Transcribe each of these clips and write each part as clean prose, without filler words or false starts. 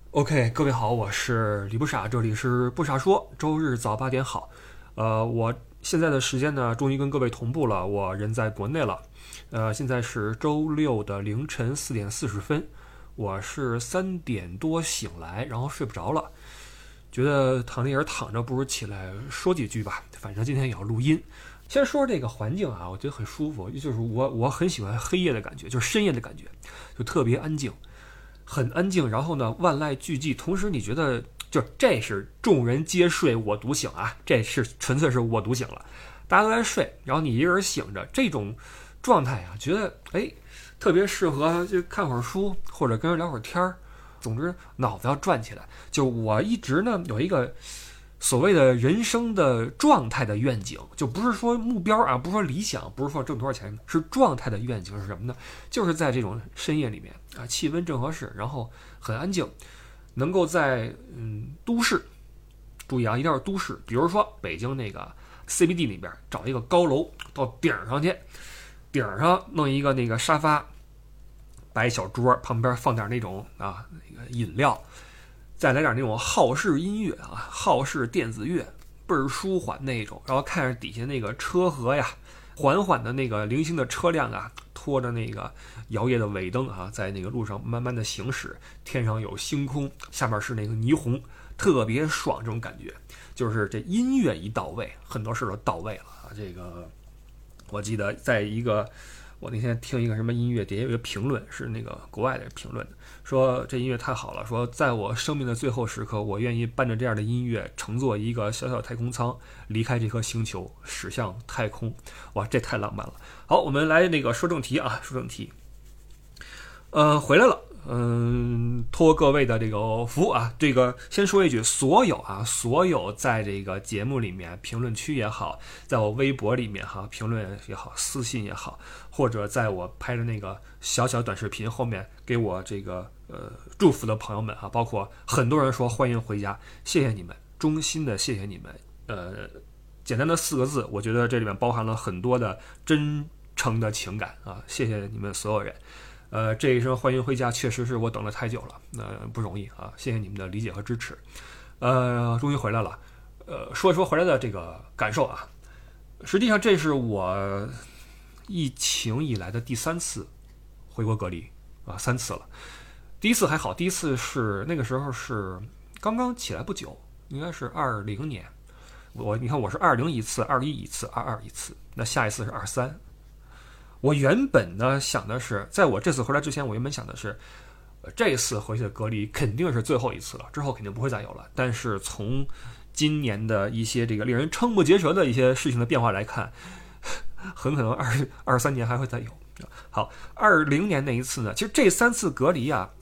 OK，各位好，我是李不傻，这里是不傻说，周日早8点好。我现在的时间呢，终于跟各位同步了，我人在国内了。现在是周六的凌晨4点40分，我是3点多醒来，然后睡不着了，觉得躺那儿躺着，不如起来说几句吧。反正今天也要录音。先说这个环境啊，我觉得很舒服，就是我很喜欢黑夜的感觉，就是深夜的感觉，就特别安静。很安静，然后呢，万籁俱寂，同时你觉得就这是众人皆睡我独醒啊，这是纯粹是我独醒了，大家都在睡，然后你一个人醒着，这种状态啊，觉得特别适合就看会儿书或者跟人聊会儿天儿，总之脑子要转起来。就我一直呢有一个所谓的人生的状态的愿景，就不是说目标啊，不是说理想，不是说挣多少钱，是状态的愿景是什么呢？就是在这种深夜里面啊，气温正合适，然后很安静，能够在都市，注意啊，一定要是都市，比如说北京那个 CBD 里边找一个高楼到顶上去，顶上弄一个那个沙发，摆一小桌，旁边放点那种那个饮料。再来点那种浩式音乐啊，浩式电子乐，倍儿舒缓那种。然后看着底下那个车河呀，缓缓的那个零星的车辆啊，拖着那个摇曳的尾灯啊，在那个路上慢慢的行驶。天上有星空，下面是那个霓虹，特别爽。这种感觉，就是这音乐一到位，很多事都到位了啊。这个我记得在一个。我那天听一个什么音乐，底下有一个评论，是那个国外的评论，说这音乐太好了，说在我生命的最后时刻，我愿意伴着这样的音乐，乘坐一个小小太空舱，离开这颗星球，驶向太空。哇，这太浪漫了。好，我们来那个说正题啊，说正题。回来了。托各位的这个福啊，这个先说一句，所有在这个节目里面评论区也好，在我微博里面评论也好，私信也好，或者在我拍的那个小小短视频后面给我这个祝福的朋友们包括很多人说欢迎回家，谢谢你们，衷心的谢谢你们。简单的4个字，我觉得这里面包含了很多的真诚的情感啊，谢谢你们所有人。这一声欢迎回家，确实是我等了太久了，不容易啊！谢谢你们的理解和支持。终于回来了。说一说回来的这个感受啊，实际上这是我疫情以来的第3次回国隔离啊，3次了。第一次还好，第一次是那个时候是刚刚起来不久，应该是20年。你看我是20一次，21一次，22一次，那下一次是23。我原本呢想的是，在我这次回来之前，我原本想的是，这次回去的隔离肯定是最后一次了，之后肯定不会再有了。但是从今年的一些这个令人瞠目结舌的一些事情的变化来看，很可能23年还会再有。好，20年那一次呢，其实这3次隔离啊，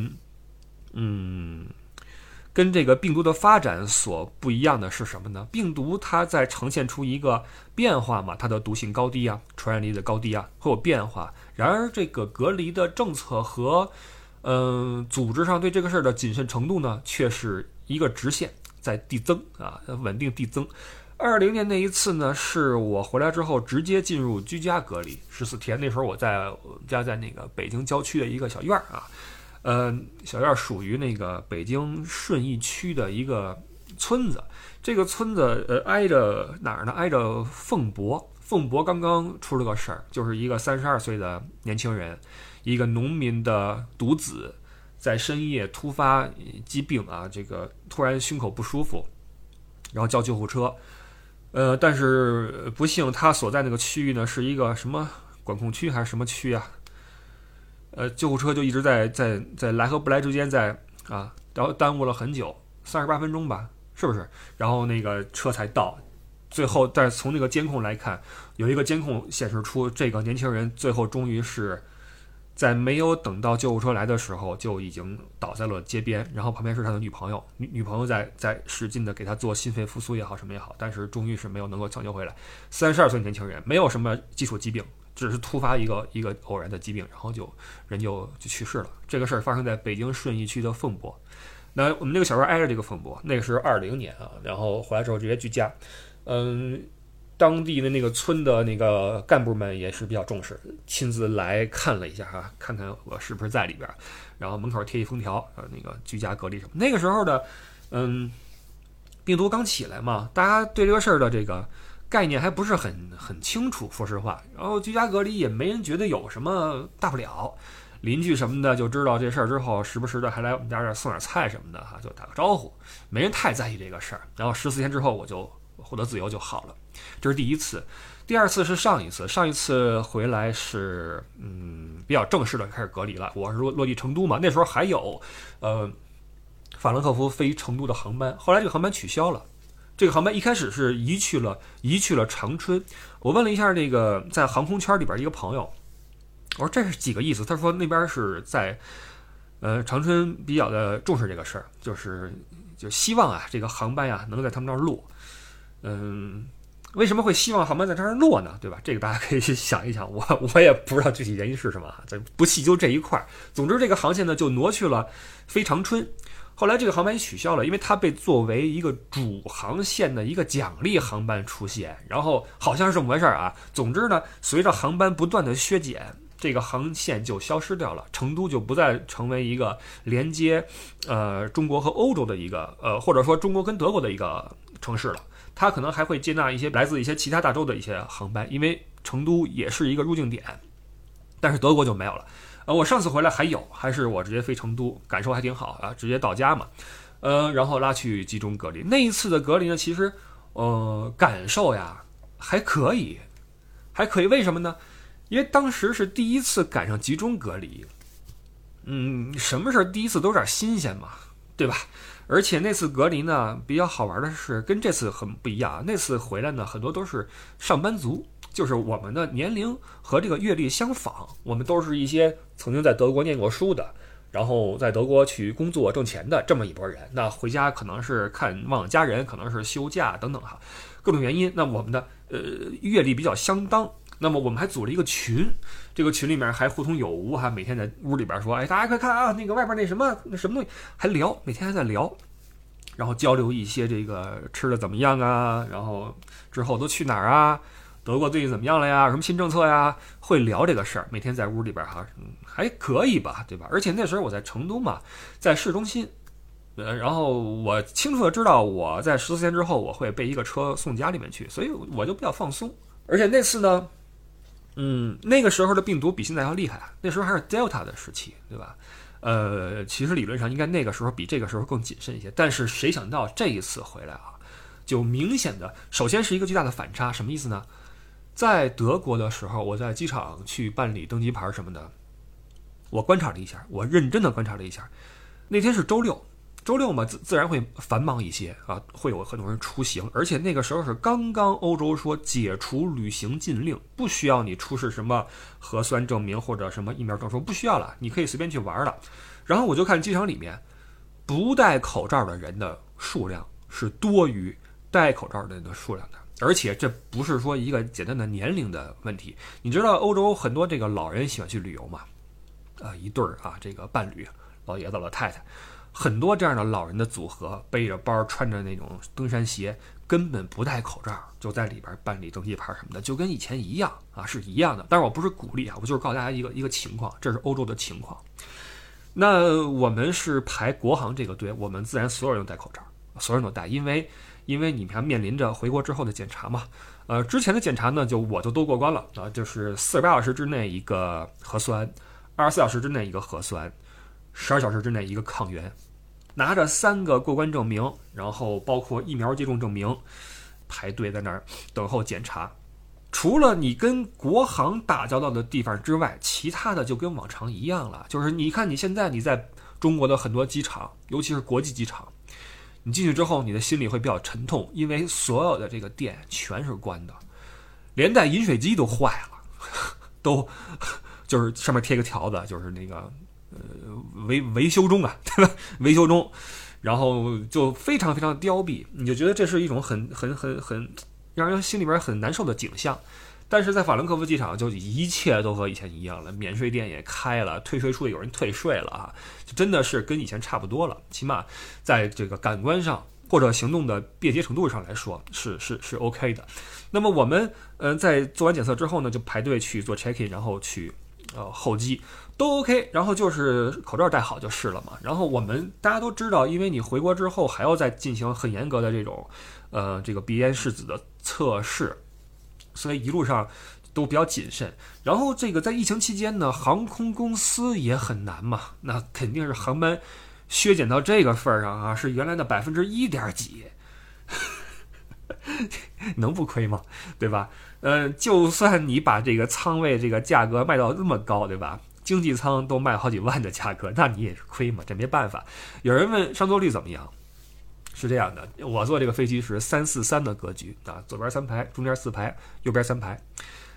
跟这个病毒的发展所不一样的是什么呢？病毒它在呈现出一个变化嘛，它的毒性高低啊，传染力的高低啊会有变化。然而这个隔离的政策和组织上对这个事儿的谨慎程度呢，却是一个直线在递增啊，稳定递增。20年那一次呢，是我回来之后直接进入居家隔离14天。那时候我家在那个北京郊区的一个小院啊。小院属于那个北京顺义区的一个村子，这个村子挨着哪儿呢？挨着凤博。凤博刚刚出了个事儿，就是一个32岁的年轻人，一个农民的独子，在深夜突发疾病啊，这个突然胸口不舒服，然后叫救护车。但是不幸他所在那个区域呢，是一个什么管控区还是什么区啊？救护车就一直在来和不来之间然后耽误了很久，38分钟吧，是不是？然后那个车才到，最后但是从那个监控来看，有一个监控显示出这个年轻人最后终于是在没有等到救护车来的时候就已经倒在了街边，然后旁边是他的女朋友，女朋友在使劲的给他做心肺复苏也好什么也好，但是终于是没有能够抢救回来。32岁年轻人，没有什么基础疾病。只是突发一个偶然的疾病，然后人就去世了。这个事儿发生在北京顺义区的凤博。那我们这个小院挨着这个凤博，那个是20年啊，然后回来之后直接居家。 当地的那个村的那个干部们也是比较重视，亲自来看了一下哈，看看我是不是在里边，然后门口贴一封条，那个居家隔离什么。那个时候的，病毒刚起来嘛，大家对这个事儿的这个概念还不是很清楚，说实话。然后居家隔离也没人觉得有什么大不了，邻居什么的就知道这事儿之后，时不时的还来我们家这儿送点菜什么的哈，就打个招呼，没人太在意这个事儿。然后14天之后我就获得自由就好了。这是第一次。第二次是上一次回来是比较正式的开始隔离了。我是落地成都嘛，那时候还有法兰克福飞成都的航班，后来这个航班取消了。这个航班一开始是移去了长春。我问了一下这个在航空圈里边一个朋友，我说这是几个意思？他说那边是在长春比较的重视这个事儿，就希望啊这个航班呀能在他们那儿落。为什么会希望航班在这儿落呢？对吧？这个大家可以去想一想，我也不知道具体原因是什么，咱不细究这一块。总之，这个航线呢就挪去了飞长春。后来这个航班也取消了，因为它被作为一个主航线的一个奖励航班出现，然后好像是这么回事啊。总之呢，随着航班不断的削减，这个航线就消失掉了，成都就不再成为一个连接中国和欧洲的一个或者说中国跟德国的一个城市了。它可能还会接纳一些来自一些其他大洲的一些航班，因为成都也是一个入境点，但是德国就没有了。我上次回来还是我直接飞成都，感受还挺好啊，直接到家嘛，然后拉去集中隔离。那一次的隔离呢，其实感受呀还可以，为什么呢？因为当时是第一次赶上集中隔离，什么事第一次都有点新鲜嘛，对吧？而且那次隔离呢，比较好玩的是跟这次很不一样。那次回来呢，很多都是上班族，就是我们的年龄和这个阅历相仿，我们都是一些曾经在德国念过书的，然后在德国去工作挣钱的这么一拨人。那回家可能是看望家人，可能是休假等等哈，各种原因。那我们的阅历比较相当。那么我们还组了一个群，这个群里面还互通有无哈，每天在屋里边说，大家快看啊，那个外边那什么东西，还聊，每天还在聊，然后交流一些这个吃的怎么样啊，然后之后都去哪儿啊，德国最近怎么样了呀，什么新政策呀，会聊这个事儿，每天在屋里边哈，还可以吧，对吧？而且那时候我在成都嘛，在市中心，然后我清楚的知道我在14天之后我会被一个车送家里面去，所以我就比较放松。而且那次呢，那个时候的病毒比现在要厉害，那时候还是 Delta 的时期，对吧？其实理论上应该那个时候比这个时候更谨慎一些，但是谁想到这一次回来啊，就明显的，首先是一个巨大的反差，什么意思呢？在德国的时候，我在机场去办理登机牌什么的，我观察了一下，我认真的观察了一下，那天是周六嘛，自然会繁忙一些啊，会有很多人出行，而且那个时候是刚刚欧洲说解除旅行禁令，不需要你出示什么核酸证明或者什么疫苗证书，不需要了，你可以随便去玩了。然后我就看机场里面不戴口罩的人的数量是多于戴口罩的人的数量的，而且这不是说一个简单的年龄的问题。你知道欧洲很多这个老人喜欢去旅游嘛，一对儿啊，这个伴侣，老爷子老太太。很多这样的老人的组合，背着包，穿着那种登山鞋，根本不戴口罩，就在里边办理登记牌什么的，就跟以前一样啊，是一样的。但是我不是鼓励啊，我就是告诉大家一个情况，这是欧洲的情况。那我们是排国航这个队，我们自然所有人都戴口罩，所有人都戴，因为你们还面临着回国之后的检查嘛。之前的检查呢，我就都过关了啊，就是48小时之内一个核酸，24小时之内一个核酸，12小时之内一个抗原。拿着3个过关证明，然后包括疫苗接种证明，排队在那儿等候检查。除了你跟国航打交道的地方之外，其他的就跟往常一样了。就是你看你现在你在中国的很多机场，尤其是国际机场，你进去之后你的心里会比较沉痛，因为所有的这个店全是关的，连带饮水机都坏了，都就是上面贴个条子，就是那个维修中啊，对吧？维修中，然后就非常非常凋敝，你就觉得这是一种很让人心里边很难受的景象。但是在法兰克福机场，就一切都和以前一样了，免税店也开了，退税处也有人退税了啊，就真的是跟以前差不多了。起码在这个感官上， 或者行动的便捷程度上来说是 OK 的。那么我们在做完检测之后呢，就排队去做 check in， 然后去候机都 OK， 然后就是口罩戴好就是了嘛。然后我们大家都知道，因为你回国之后还要再进行很严格的这种这个鼻咽拭子的测试，所以一路上都比较谨慎。然后这个在疫情期间呢，航空公司也很难嘛，那肯定是航班削减到这个份上啊，是原来的1%点几，能不亏吗？对吧？就算你把这个舱位这个价格卖到那么高，对吧？经济舱都卖好几万的价格，那你也是亏嘛，这没办法。有人问上座率怎么样？是这样的，我坐这个飞机是343的格局啊，左边3排，中间4排，右边3排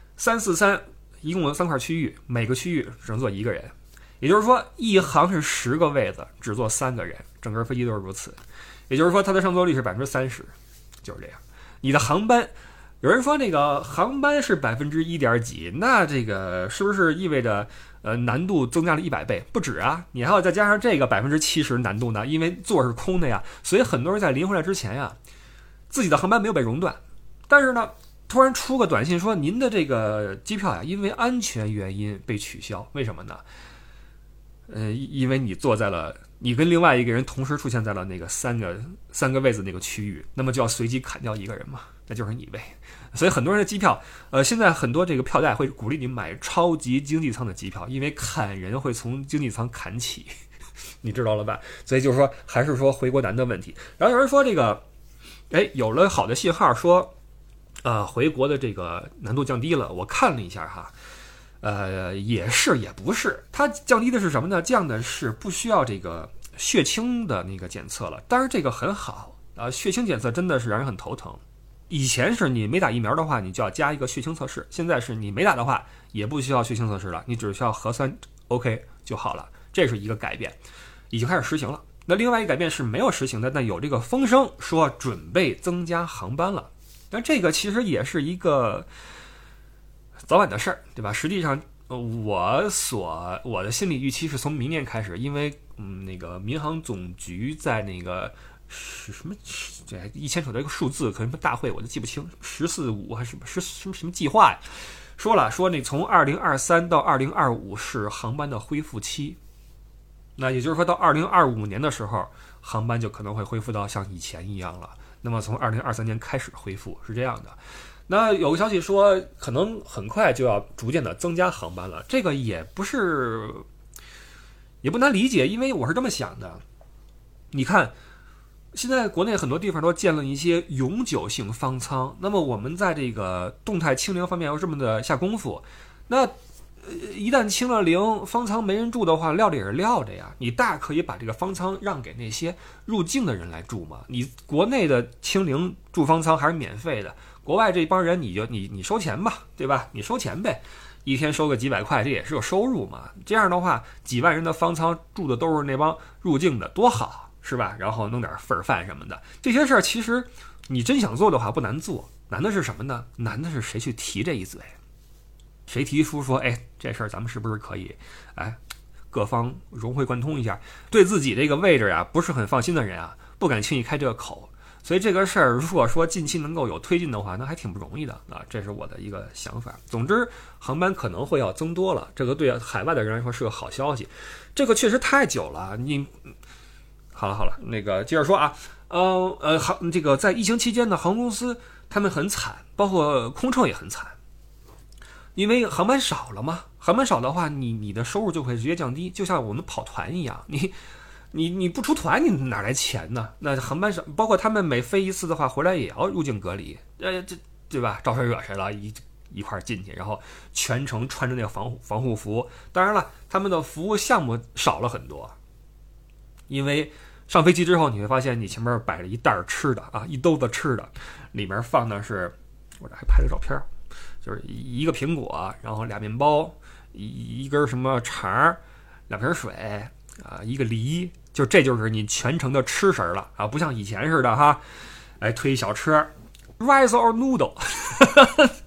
，343一共有3块区域，每个区域只能坐1个人，也就是说一行是10个位子，只坐3个人，整个飞机都是如此。也就是说它的上座率是30%，就是这样。你的航班，有人说那个航班是1%点几，那这个是不是意味着难度增加了100倍？不止啊，你还要再加上这个70%难度呢，因为座是空的呀，所以很多人在临回来之前呀，自己的航班没有被熔断，但是呢，突然出个短信说您的这个机票呀，因为安全原因被取消，为什么呢？因为你坐在了，你跟另外一个人同时出现在了那个三个位子那个区域，那么就要随机砍掉1个人嘛，那就是你呗。所以很多人的机票，现在很多这个票代会鼓励你买超级经济舱的机票，因为砍人会从经济舱砍起，你知道了吧？所以就是说，还是说回国难的问题。然后有人说这个，有了好的信号说，回国的这个难度降低了。我看了一下哈。也是也不是，它降低的是什么呢？降的是不需要这个血清的那个检测了。当然这个很好啊，血清检测真的是让人很头疼。以前是你没打疫苗的话，你就要加一个血清测试，现在是你没打的话也不需要血清测试了，你只需要核酸 OK 就好了。这是一个改变，已经开始实行了。那另外一个改变是没有实行的，但有这个风声说准备增加航班了。那这个其实也是一个早晚的事儿，对吧？实际上，我的心理预期是从明年开始，因为那个民航总局在那个是什么这一牵扯到一个数字，可能大会我都记不清，14.5还是什么计划呀？说那从2023到2025是航班的恢复期，那也就是说到2025年的时候，航班就可能会恢复到像以前一样了。那么从2023年开始恢复是这样的。那有个消息说，可能很快就要逐渐的增加航班了，这个也不难理解，因为我是这么想的。你看，现在国内很多地方都建了一些永久性方舱，那么我们在这个动态清零方面要这么的下功夫，那一旦清了零，方舱没人住的话，撂着也是撂着呀。你大可以把这个方舱让给那些入境的人来住嘛。你国内的清零住方舱还是免费的，国外这帮人你收钱吧，对吧？你收钱呗，一天收个几百块，这也是有收入嘛。这样的话，几万人的方舱住的都是那帮入境的，多好，是吧？然后弄点份饭什么的，这些事儿其实你真想做的话不难做，难的是什么呢？难的是谁去提这一嘴。谁提出说，这事儿咱们是不是可以，各方融会贯通一下？对自己这个位置呀不是很放心的人啊，不敢轻易开这个口。所以这个事儿，如果说近期能够有推进的话，那还挺不容易的啊。这是我的一个想法。总之，航班可能会要增多了，这个对海外的人来说是个好消息。这个确实太久了，好了，那个接着说啊，这个在疫情期间呢，航空公司他们很惨，包括空乘也很惨。因为航班少了嘛，航班少的话，你的收入就会直接降低，就像我们跑团一样，你不出团，你哪来钱呢？那航班少，包括他们每飞一次的话，回来也要入境隔离，这对吧？招谁惹谁了？一块进去，然后全程穿着那个防护服。当然了，他们的服务项目少了很多，因为上飞机之后，你会发现你前面摆了一袋吃的啊，一兜子吃的，里面放的是，我这还拍了照片。就是一个苹果，然后2面包，一根什么肠，2瓶水啊，一个梨，这就是你全程的吃食了啊，不像以前似的哈，推小车 ，rice or noodle，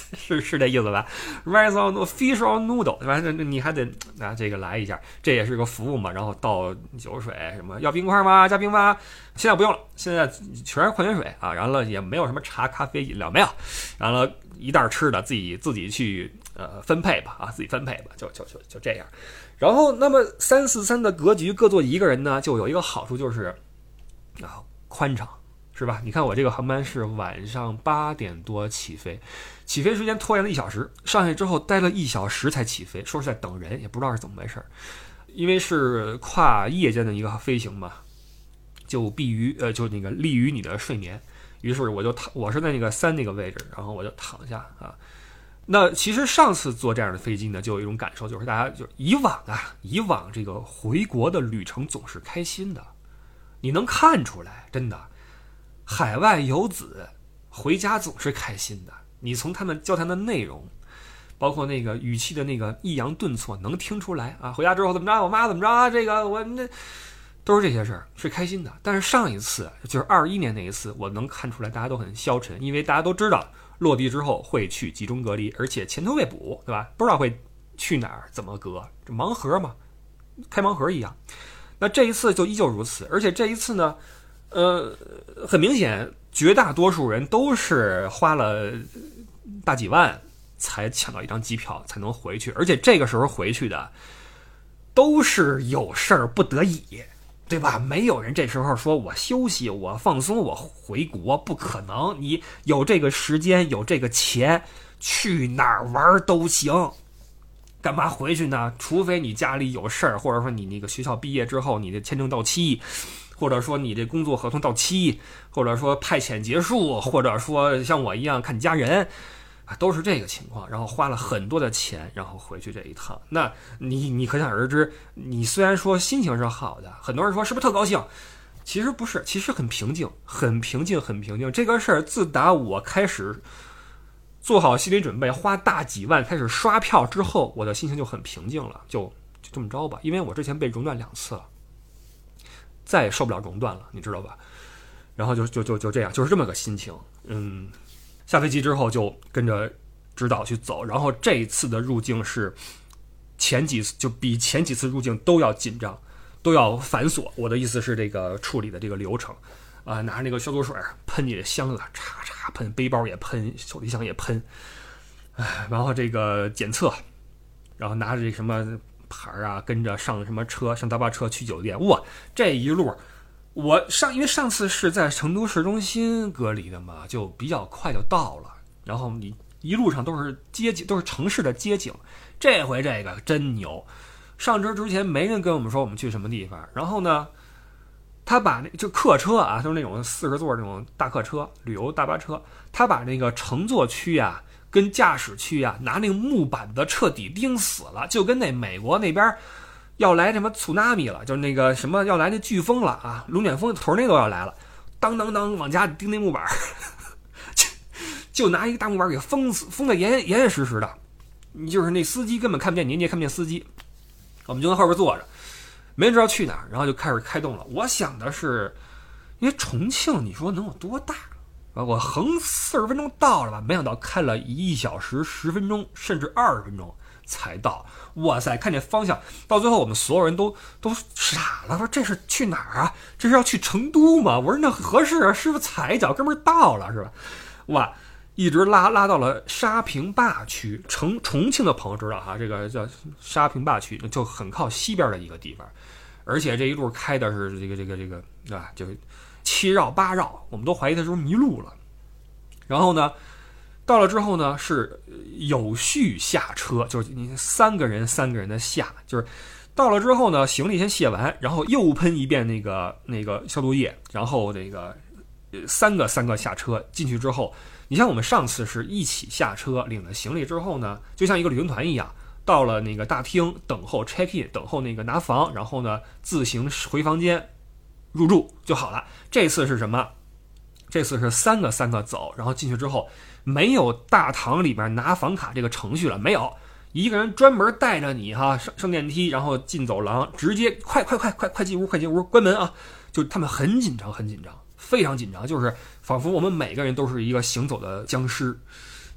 是这意思吧 ？Rice or fish or noodle， 反正你还得拿这个来一下，这也是个服务嘛。然后倒酒水，什么要冰块吗？加冰吗？现在不用了，现在全是矿泉水啊。然后也没有什么茶、咖啡、饮料没有。然后一袋吃的自己去分配吧啊，自己分配吧，就这样。然后那么343的格局各坐一个人呢，就有一个好处就是啊宽敞。是吧？你看我这个航班是晚上8点多起飞，起飞时间拖延了1小时，上去之后待了1小时才起飞。说实在等人也不知道是怎么回事，因为是跨夜间的一个飞行嘛，就利于你的睡眠。于是我是在那个3那个位置，然后我就躺下啊。那其实上次坐这样的飞机呢，就有一种感受，就是大家就以往这个回国的旅程总是开心的，你能看出来，真的。海外游子回家总是开心的，你从他们交谈的内容，包括那个语气的那个抑扬顿挫，能听出来啊。回家之后怎么着，我妈怎么着啊，这个我那都是这些事儿，是开心的。但是上一次就是21年那一次，我能看出来大家都很消沉，因为大家都知道落地之后会去集中隔离，而且前途未卜，对吧？不知道会去哪儿，怎么隔，这盲盒嘛，开盲盒一样。那这一次就依旧如此，而且这一次呢。很明显，绝大多数人都是花了大几万才抢到一张机票才能回去，而且这个时候回去的都是有事儿不得已，对吧？没有人这时候说我休息、我放松、我回国，不可能。你有这个时间、有这个钱，去哪儿玩都行。干嘛回去呢？除非你家里有事儿，或者说你那个学校毕业之后你的签证到期。或者说你这工作合同到期，或者说派遣结束，或者说像我一样看家人啊，都是这个情况。然后花了很多的钱，然后回去这一趟，那你可想而知，你虽然说心情是好的，很多人说是不是特高兴？其实不是，其实很平静，很平静，很平静。这个事儿自打我开始做好心理准备，花大几万开始刷票之后，我的心情就很平静了，就这么着吧。因为我之前被熔断2次了。再也受不了熔断了，你知道吧？然后就这样，就是这么个心情。下飞机之后就跟着指导去走，然后这一次的入境是前几次就比前几次入境都要紧张，都要繁琐。我的意思是这个处理的这个流程啊，拿着那个消毒水喷你的箱子，嚓嚓喷，背包也喷，手提箱也喷，然后这个检测，然后拿着这什么。牌啊，跟着上什么车，上大巴车去酒店。哇，这一路因为上次是在成都市中心隔离的嘛，就比较快就到了。然后你一路上都是街景，都是城市的街景。这回这个真牛，上车之前没人跟我们说我们去什么地方。然后呢，他把就客车啊，就是那种40座那种大客车、旅游大巴车，他把那个乘坐区啊。跟驾驶区啊，拿那个木板子彻底钉死了，就跟那美国那边要来什么苏纳米了，就是那个什么要来那飓风了啊，龙卷风、tornado都要来了，当当当往家里钉那木板，就拿一个大木板给封得严严实实的，你就是那司机根本看不见你，你也看不见司机，我们就在后边坐着，没人知道去哪儿，然后就开始开动了。我想的是，因为重庆你说能有多大？我横40分钟到了吧，没想到开了1小时10分钟，甚至20分钟才到。哇塞，看见方向，到最后我们所有人都傻了，说这是去哪儿啊？这是要去成都吗？我说那合适啊，师傅踩一脚，哥们儿到了是吧？哇，一直拉到了沙平坝区，重庆的朋友知道哈，这个叫沙平坝区，就很靠西边的一个地方，而且这一路开的是这个对吧？就7绕8绕，我们都怀疑他是不是迷路了。然后呢，到了之后呢，是有序下车，就是你3个人的下，就是到了之后呢，行李先卸完，然后又喷一遍那个消毒液，然后这个三个下车。进去之后，你像我们上次是一起下车，领了行李之后呢，就像一个旅行团一样，到了那个大厅等候 check in， 等候那个拿房，然后呢自行回房间入住就好了。这次是什么？这次是三个走，然后进去之后没有大堂里边拿房卡这个程序了，没有，一个人专门带着你上电梯，然后进走廊，直接快进屋，关门啊！就他们很紧张，非常紧张，就是仿佛我们每个人都是一个行走的僵尸。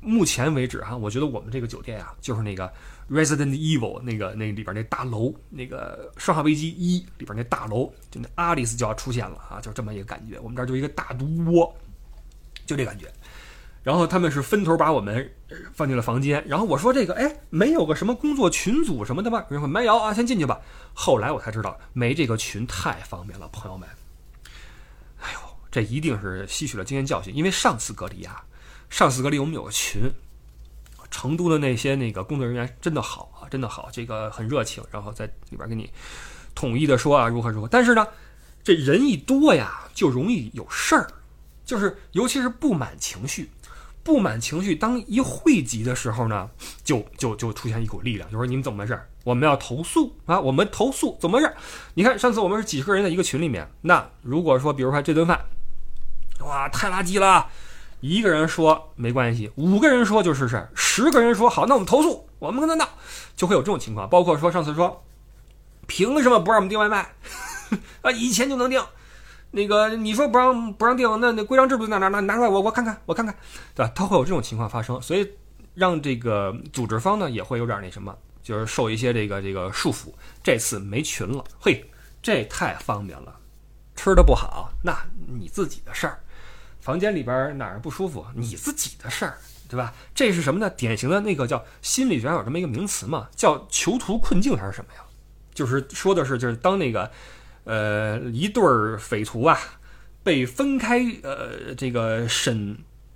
目前为止哈，我觉得我们这个酒店啊，就是那个 Resident Evil 那里边那大楼，那个《生化危机1》里边那大楼，就那阿丽丝就要出现了啊，就这么一个感觉。我们这儿就一个大毒窝，就这感觉。然后他们是分头把我们放进了房间，然后我说这个没有个什么工作群组什么的吗？人说没有啊，先进去吧。后来我才知道没这个群太方便了，朋友们。哎呦，这一定是吸取了经验教训，因为上次隔离我们有个群，成都的那些工作人员真的好啊，真的好，这个很热情，然后在里边跟你统一的说啊如何，但是呢，这人一多呀，就容易有事儿，就是尤其是不满情绪，当一汇集的时候呢，就出现一股力量，就说你们怎么回事？我们要投诉啊！我们投诉怎么回事？你看上次我们是几十个人在一个群里面，那如果说比如说这顿饭，哇太垃圾了，一个人说没关系，5个人说就是事，10个人说好，那我们投诉，我们跟他闹，就会有这种情况。包括说上次说，凭什么不让我们订外卖啊？以前就能订。那个你说不让订，那规章制度拿出来我看看，对吧？它会有这种情况发生，所以让这个组织方呢也会有点那什么，就是受一些这个束缚。这次没群了，嘿，这太方便了。吃的不好，那你自己的事儿；房间里边哪儿不舒服，你自己的事儿，对吧？这是什么呢？典型的那个叫心理学上有这么一个名词嘛，叫囚徒困境还是什么呀？就是说的是，就是当那个。一对匪徒啊，被分开这个审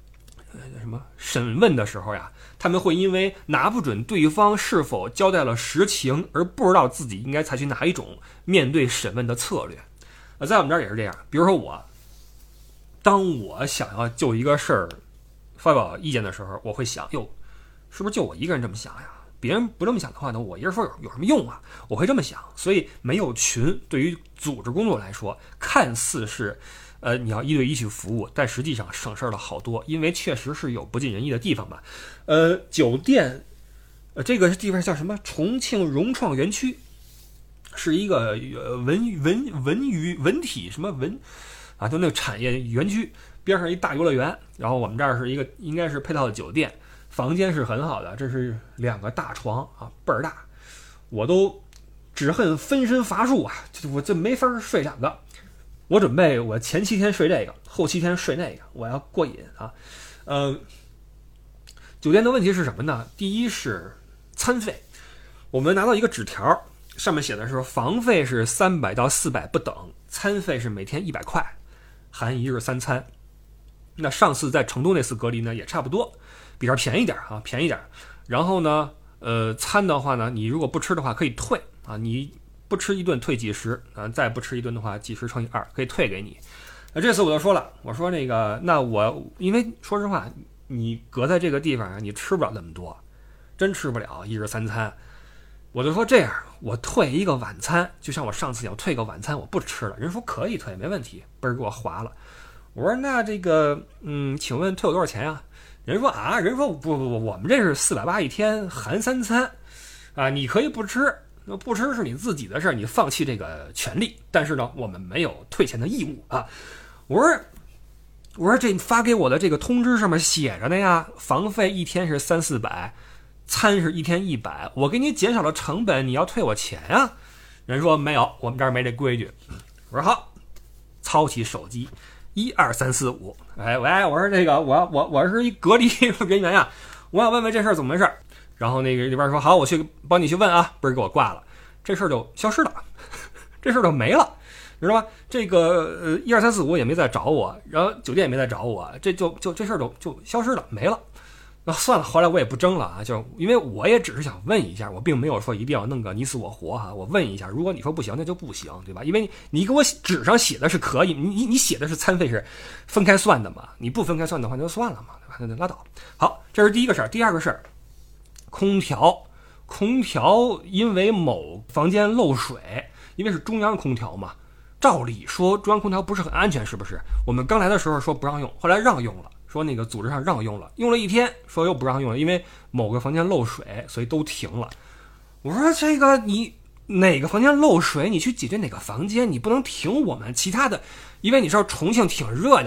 问的时候呀，他们会因为拿不准对方是否交代了实情，而不知道自己应该采取哪一种面对审问的策略。在我们这儿也是这样，比如说当我想要就一个事儿发表意见的时候，我会想，是不是就我一个人这么想呀？别人不这么想的话呢，我一人说有什么用啊？我会这么想，所以没有群对于组织工作来说，看似是，你要1对1去服务，但实际上省事了好多，因为确实是有不尽人意的地方吧。酒店，这个地方叫什么？重庆融创园区，是一个文体什么文啊，就那个产业园区边上一大游乐园，然后我们这儿是一个应该是配套的酒店。房间是很好的，这是2个大床啊，倍儿大，我都只恨分身乏术啊，我这没法睡2个。我准备我前7天睡这个，后7天睡那个，我要过瘾啊。酒店的问题是什么呢？第一是餐费，我们拿到一个纸条，上面写的是房费是300到400不等，餐费是每天100块，含1日3餐。那上次在成都那次隔离呢，也差不多。比这便宜点啊，便宜点。然后呢，餐的话呢，你如果不吃的话可以退啊，你不吃一顿退几十啊，再不吃一顿的话，几十乘以2可以退给你。这次我就说了，我说那个，那我因为说实话，你隔在这个地方，你吃不了那么多，真吃不了1日3餐。我就说这样，我退一个晚餐，就像我上次讲退个晚餐，我不吃了。人说可以退，没问题，嘣儿给我划了。我说那这个，请问退我多少钱呀？人说不，我们这是480一天含3餐，啊，你可以不吃，那不吃是你自己的事儿，你放弃这个权利，但是呢，我们没有退钱的义务啊。我说这发给我的这个通知上面写着的呀，房费1天是300-400，餐是1天100，我给你减少了成本，你要退我钱啊。人说没有，我们这儿没这规矩。我说好，操起手机。1、2、3、4、5，喂，我说这个我是一隔离人员呀，我想问问这事儿怎么回事。然后那个里边说好，我去帮你去问啊，不是给我挂了，这事儿就消失了，这事儿就没了，知道吧？这个1、2、3、4、5也没再找我，然后酒店也没再找我，这事儿就消失了，没了。那算了，后来我也不争了啊，就因为我也只是想问一下，我并没有说一定要弄个你死我活哈，我问一下，如果你说不行，那就不行，对吧？因为你给我纸上写的是可以，你写的是餐费是分开算的嘛，你不分开算的话那就算了嘛，对吧？那就拉倒。好，这是第一个事儿。第二个事儿，空调因为某房间漏水，因为是中央空调嘛，照理说中央空调不是很安全，是不是？我们刚来的时候说不让用，后来让用了。说那个组织上让用了1天，说又不让用了，因为某个房间漏水，所以都停了。我说这个你哪个房间漏水，你去解决哪个房间，你不能停我们其他的，因为你知道重庆挺热的，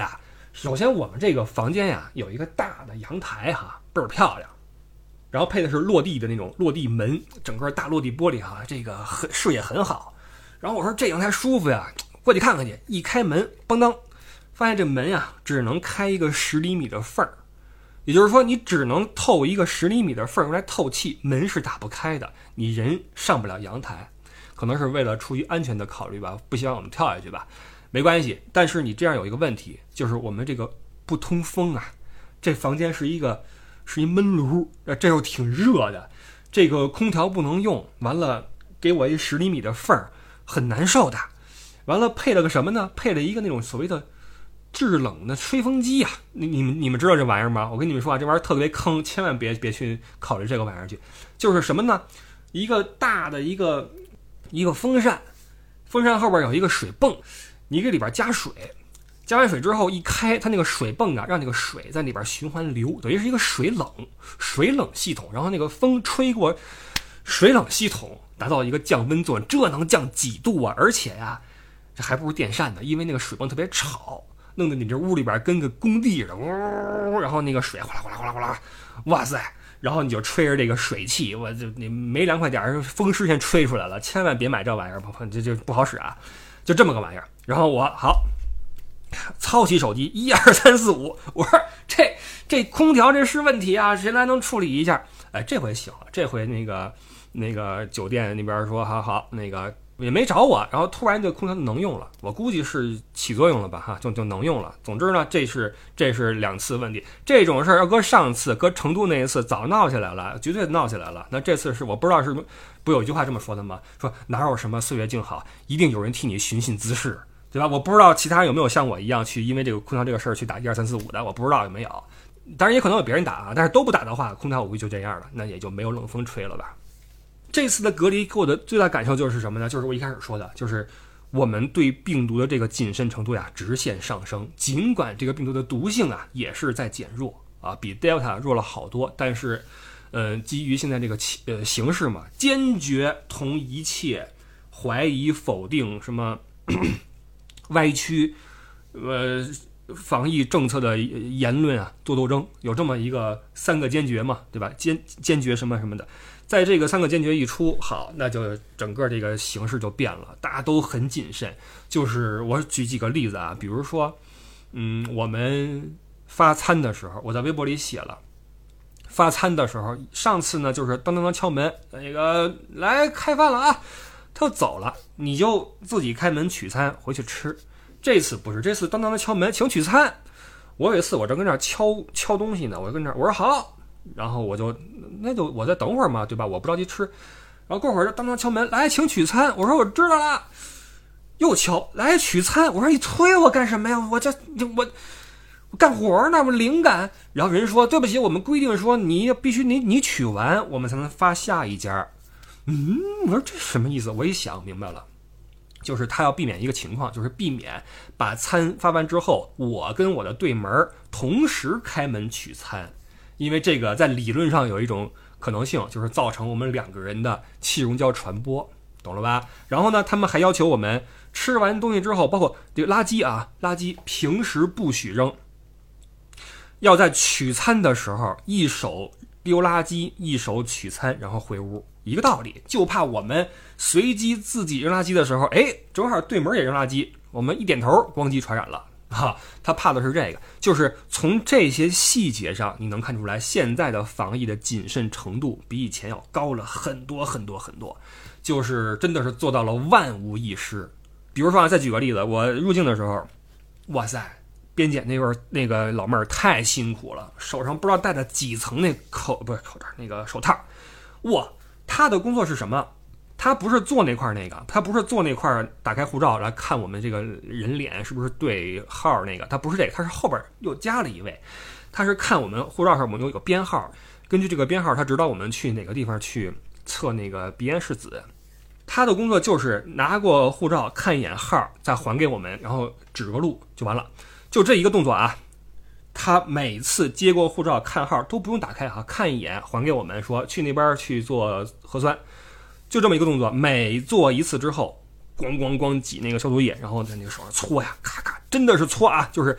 首先我们这个房间呀有一个大的阳台哈，倍儿漂亮，然后配的是落地的那种落地门，整个大落地玻璃哈，这个视野很好。然后我说这阳台舒服呀，过去看看去。一开门，邦当，发现这门呀只能开一个10厘米的缝儿，也就是说你只能透一个10厘米的缝儿用来透气，门是打不开的，你人上不了阳台。可能是为了出于安全的考虑吧，不希望我们跳下去吧，没关系。但是你这样有一个问题，就是我们这个不通风啊，这房间是一闷炉，这又挺热的，这个空调不能用，完了给我一10厘米的缝儿，很难受的。完了配了个什么呢？配了一个那种所谓的制冷的吹风机啊，你们知道这玩意儿吗？我跟你们说啊，这玩意儿特别坑，千万别去考虑这个玩意儿去。就是什么呢？一个大的一个风扇，风扇后边有一个水泵，你给里边加水，加完水之后一开，它那个水泵啊，让那个水在里边循环流，等于是一个水冷系统。然后那个风吹过水冷系统，达到一个降温作用，这能降几度啊？而且呀，这还不如电扇呢，因为那个水泵特别吵，弄得你这屋里边跟个工地似的，呜，然后那个水哗啦哗啦哗啦哗啦，哇塞！然后你就吹着这个水汽，我就你没凉快点，风湿先吹出来了，千万别买这玩意儿，这不好使啊，就这么个玩意儿。然后我好操起手机1 2 3 4 5，我说这空调这是问题啊，谁来能处理一下？哎，这回行了，这回那个酒店那边说好，那个也没找我，然后突然这空调就能用了，我估计是起作用了吧哈，就能用了。总之呢，这是2次问题，这种事儿要搁上次搁成都那一次早闹起来了，绝对闹起来了。那这次是我不知道是不有一句话这么说的吗？说哪有什么岁月静好，一定有人替你寻衅滋事，对吧？我不知道其他人有没有像我一样去因为这个空调这个事儿去打1 2 3 4 5的，我不知道有没有。当然也可能有别人打啊，但是都不打的话，空调我估计就这样了，那也就没有冷风吹了吧。这次的隔离给我的最大感受就是什么呢？就是我一开始说的，就是我们对病毒的这个谨慎程度呀直线上升。尽管这个病毒的毒性啊也是在减弱啊，比 Delta 弱了好多，但是基于现在这个形势嘛，坚决同一切怀疑否定什么歪曲防疫政策的言论啊做斗争，有这么一个3个坚决嘛，对吧？坚决什么什么的。在这个3个坚决一出，好，那就整个这个形势就变了，大家都很谨慎。就是我举几个例子啊，比如说，我们发餐的时候，我在微博里写了，发餐的时候，上次呢就是当当当敲门，那个来开饭了啊，他就走了，你就自己开门取餐回去吃。这次不是，这次当当当敲门，请取餐。我有一次我正跟这儿敲东西呢，我就跟这儿我说好。然后我再等会儿嘛，对吧？我不着急吃。然后过会儿就当当敲门，来，请取餐。我说我知道了。又敲，来取餐。我说你催我干什么呀？我干活呢，我灵感。然后人说对不起，我们规定说你必须你取完，我们才能发下一家。我说这什么意思？我一想明白了，就是他要避免一个情况，就是避免把餐发完之后，我跟我的对门同时开门取餐。因为这个在理论上有一种可能性，就是造成我们2个人的气溶胶传播，懂了吧？然后呢，他们还要求我们吃完东西之后，包括这个垃圾平时不许扔，要在取餐的时候一手丢垃圾，一手取餐，然后回屋，一个道理。就怕我们随机自己扔垃圾的时候，正好对门也扔垃圾，我们一点头，咣叽传染了。他怕的是这个，就是从这些细节上你能看出来，现在的防疫的谨慎程度比以前要高了很多很多很多，就是真的是做到了万无一失。比如说再举个例子，我入境的时候，哇塞，边检那个老妹儿太辛苦了，手上不知道戴了几层那口罩那个手套。哇，她的工作是什么？他不是做那块他不是做那块打开护照来看我们这个人脸是不是对号那个，他不是这个，他是后边又加了一位，他是看我们护照上我们有一个编号，根据这个编号他指导我们去哪个地方去测那个鼻咽拭子。他的工作就是拿过护照看一眼号，再还给我们，然后指个路就完了，就这一个动作啊。他每次接过护照看号都不用打开看一眼还给我们，说去那边去做核酸。就这么一个动作，每做一次之后，咣咣咣挤那个消毒液，然后在那个手上搓呀，咔咔，真的是搓啊，就是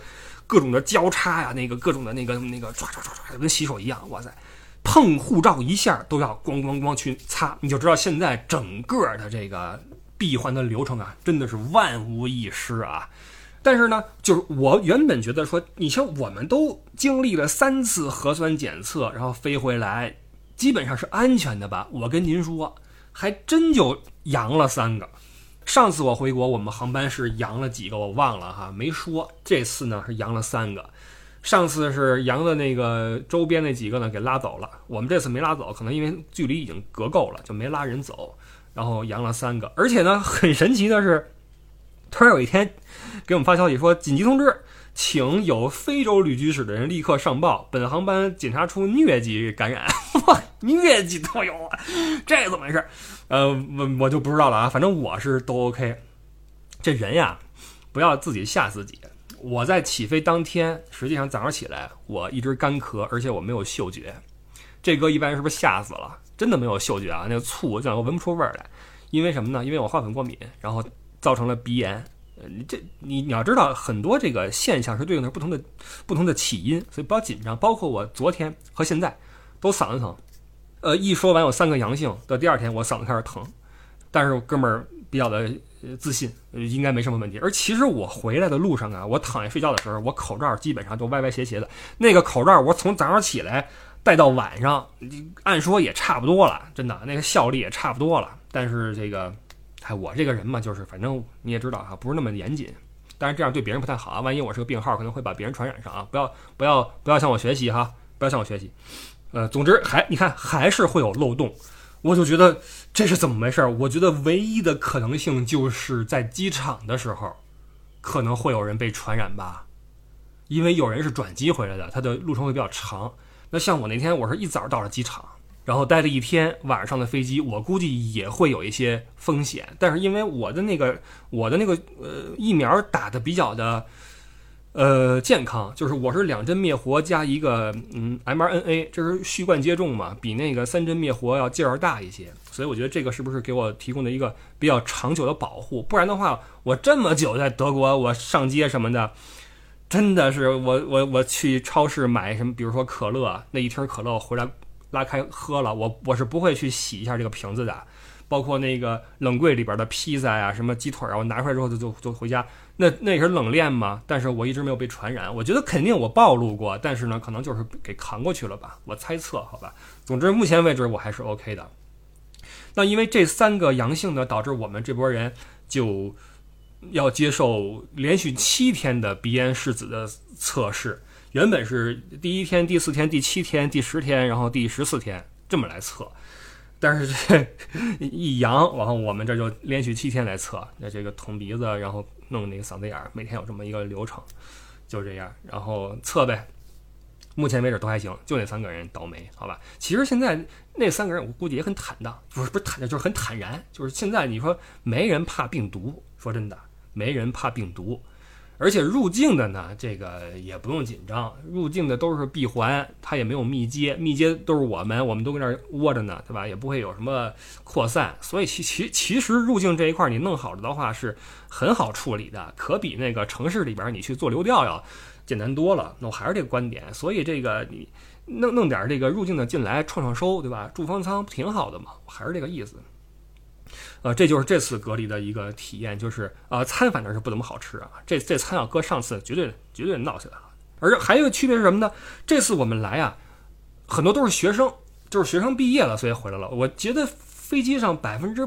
各种的交叉呀，各种的唰跟洗手一样，哇塞，碰护照一下都要咣咣咣去擦，你就知道现在整个的这个闭环的流程啊，真的是万无一失啊。但是呢，就是我原本觉得说，你像我们都经历了3次核酸检测，然后飞回来，基本上是安全的吧？我跟您说，还真就阳了3个。上次我回国，我们航班是阳了几个我忘了哈，没说。这次呢是阳了3个，上次是阳的那个周边那几个呢给拉走了，我们这次没拉走，可能因为距离已经隔够了，就没拉人走。然后阳了3个，而且呢很神奇的是，突然有一天给我们发消息说，紧急通知，请有非洲旅居史的人立刻上报，本航班检查出疟疾感染。哇，疟疾都有啊，这怎么回事？我就不知道了啊，反正我是都 OK。这人呀，不要自己吓自己。我在起飞当天，实际上早上起来我一直干咳，而且我没有嗅觉。这哥一般人是不是吓死了？真的没有嗅觉啊，那个醋我闻不出味儿来。因为什么呢？因为我花粉过敏，然后造成了鼻炎。你要知道，很多这个现象是对应的不同的起因，所以不要紧张。包括我昨天和现在都嗓子疼，一说完有3个阳性的第2天我嗓子开始疼，但是我哥们儿比较的自信，应该没什么问题。而其实我回来的路上啊，我躺下睡觉的时候，我口罩基本上都歪歪斜斜的，那个口罩我从早上起来戴到晚上，按说也差不多了，真的那个效力也差不多了。但是这个我这个人嘛，就是反正你也知道哈，不是那么严谨。当然这样对别人不太好啊，万一我是个病号，可能会把别人传染上啊。不要向我学习哈，不要向我学习。总之你看还是会有漏洞。我就觉得这是怎么回事？我觉得唯一的可能性就是在机场的时候，可能会有人被传染吧，因为有人是转机回来的，他的路程会比较长。那像我那天，我是一早到了机场，然后待了1天，晚上的飞机，我估计也会有一些风险。但是因为我的那个疫苗打的比较的健康，就是我是2针灭活加一个mRNA， 这是续贯接种嘛，比那个3针灭活要劲儿大一些。所以我觉得这个是不是给我提供的一个比较长久的保护？不然的话，我这么久在德国，我上街什么的。真的是我去超市买什么，比如说可乐，那一听可乐我回来拉开喝了，我是不会去洗一下这个瓶子的。包括那个冷柜里边的披萨呀、什么鸡腿啊，我拿出来之后就回家，那也是冷链嘛。但是我一直没有被传染，我觉得肯定我暴露过，但是呢，可能就是给扛过去了吧，我猜测，好吧。总之目前为止我还是 OK 的。那因为这3个阳性呢，导致我们这波人就要接受连续7天的鼻咽拭子的测试，原本是第1天、第4天、第7天、第10天，然后第14天这么来测，但是这一阳，然后我们这就连续7天来测，那这个捅鼻子，然后弄那个嗓子眼，每天有这么一个流程，就这样，然后测呗。目前为止都还行，就那3个人倒霉，好吧。其实现在那3个人我估计也很坦荡，不是坦荡，就是很坦然，就是现在你说没人怕病毒，说真的。没人怕病毒，而且入境的呢，这个也不用紧张，入境的都是闭环，它也没有密接都是我们都跟那儿窝着呢，对吧？也不会有什么扩散，所以其实入境这一块你弄好了的话是很好处理的，可比那个城市里边你去做流调要简单多了。那我还是这个观点，所以这个你弄点这个入境的进来创收，对吧？住方舱挺好的嘛，我还是这个意思。这就是这次隔离的一个体验，就是餐反正是不怎么好吃啊，这餐要搁上次绝对闹起来了。而还有一个区别是什么呢？这次我们来啊，很多都是学生，就是学生毕业了所以回来了。我觉得飞机上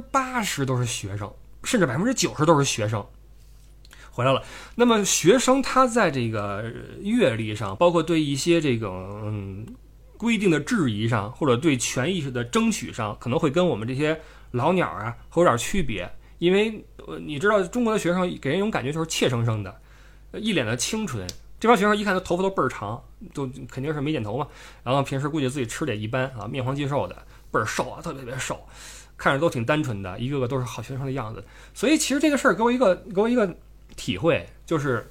80%都是学生，甚至90%都是学生回来了。那么学生他在这个阅历上，包括对一些这个规定的质疑上，或者对权益的争取上，可能会跟我们这些老鸟啊会有点区别。因为你知道中国的学生给人一种感觉就是怯生生的，一脸的清纯。这帮学生一看他头发都倍儿长，就肯定是没剪头嘛，然后平时估计自己吃的也一般啊，面黄肌瘦的，倍儿瘦啊，特别瘦，看着都挺单纯的，一个个都是好学生的样子。所以其实这个事儿给我一个体会，就是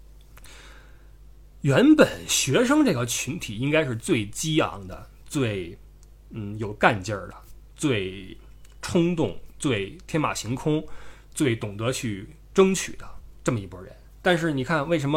原本学生这个群体应该是最激昂的，最有干劲儿的，最冲动，最天马行空，最懂得去争取的这么一拨人。但是你看为什么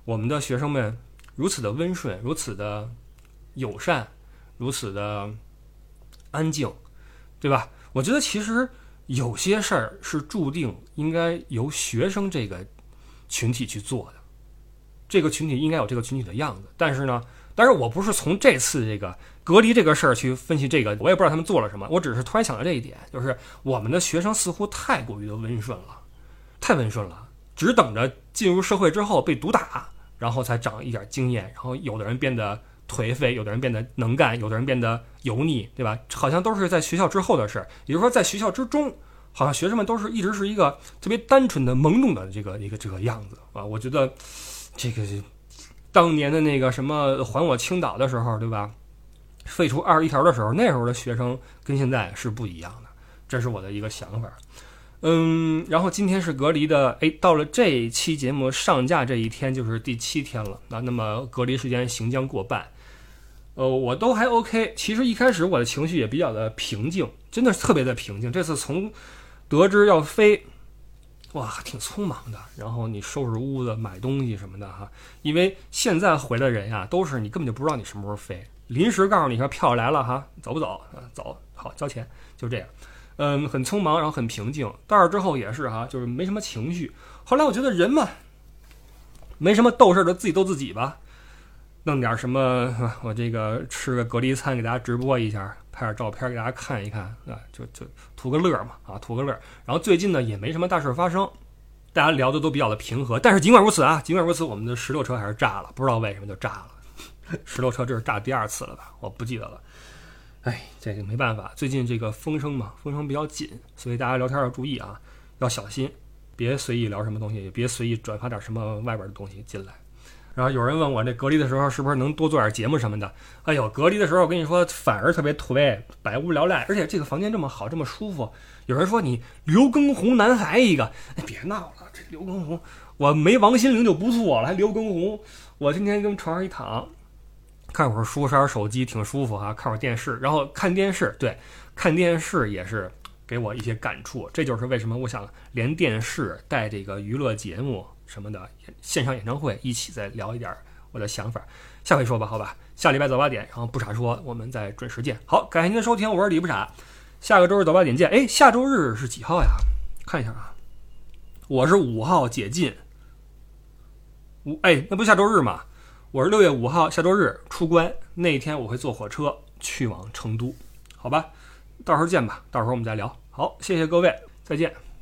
我们的学生们如此的温顺，如此的友善，如此的安静，对吧？我觉得其实有些事儿是注定应该由学生这个群体去做的，这个群体应该有这个群体的样子。但是呢，当然我不是从这次这个隔离这个事儿去分析这个，我也不知道他们做了什么，我只是突然想到这一点，就是我们的学生似乎太过于的温顺了，太温顺了，只等着进入社会之后被毒打，然后才长一点经验，然后有的人变得颓废，有的人变得能干，有的人变得油腻，对吧？好像都是在学校之后的事儿，也就是说在学校之中，好像学生们都是一直是一个特别单纯的懵懂的这个样子啊。我觉得这个当年的那个什么还我青岛的时候，对吧？废除21条的时候，那时候的学生跟现在是不一样的，这是我的一个想法。然后今天是隔离的，到了这一期节目上架这一天就是第7天了，那么隔离时间行将过半，我都还 OK。其实一开始我的情绪也比较的平静，真的是特别的平静。这次从得知要飞，哇，挺匆忙的。然后你收拾屋子、买东西什么的哈，因为现在回来的人呀，都是你根本就不知道你什么时候飞，临时告诉你说票来了哈，走不走？走，好，交钱，就这样。很匆忙，然后很平静。到这之后也是哈，就是没什么情绪。后来我觉得人嘛，没什么斗事的，自己斗自己吧。弄点什么，我这个吃个隔离餐给大家直播一下，拍点照片给大家看一看啊，就图个乐嘛啊，图个乐。然后最近呢也没什么大事发生，大家聊的都比较的平和。但是尽管如此，我们的16车还是炸了，不知道为什么就炸了。16车这是炸第2次了吧？我不记得了。这个没办法，最近这个风声比较紧，所以大家聊天要注意啊，要小心，别随意聊什么东西，也别随意转发点什么外边的东西进来。然后有人问我这隔离的时候是不是能多做点节目什么的？隔离的时候我跟你说反而特别颓，百无聊赖，而且这个房间这么好，这么舒服。有人说你刘畊宏男孩一个，别闹了，这刘畊宏我没王心凌就不错了，还刘畊宏，我今天跟床上一躺。看会儿书，刷点手机，挺舒服哈。看会儿电视，然后看电视，对，看电视也是给我一些感触。这就是为什么我想连电视带这个娱乐节目什么的，线上演唱会一起再聊一点我的想法。下回说吧，好吧。下礼拜早8点，然后不傻说，我们再准时见。好，感谢您的收听，我是李不傻。下个周日早8点见。下周日是几号呀？看一下啊，我是5号解禁。那不下周日吗？我是6月5号下周日出关，那天我会坐火车去往成都，好吧，到时候见吧，到时候我们再聊。好，谢谢各位，再见。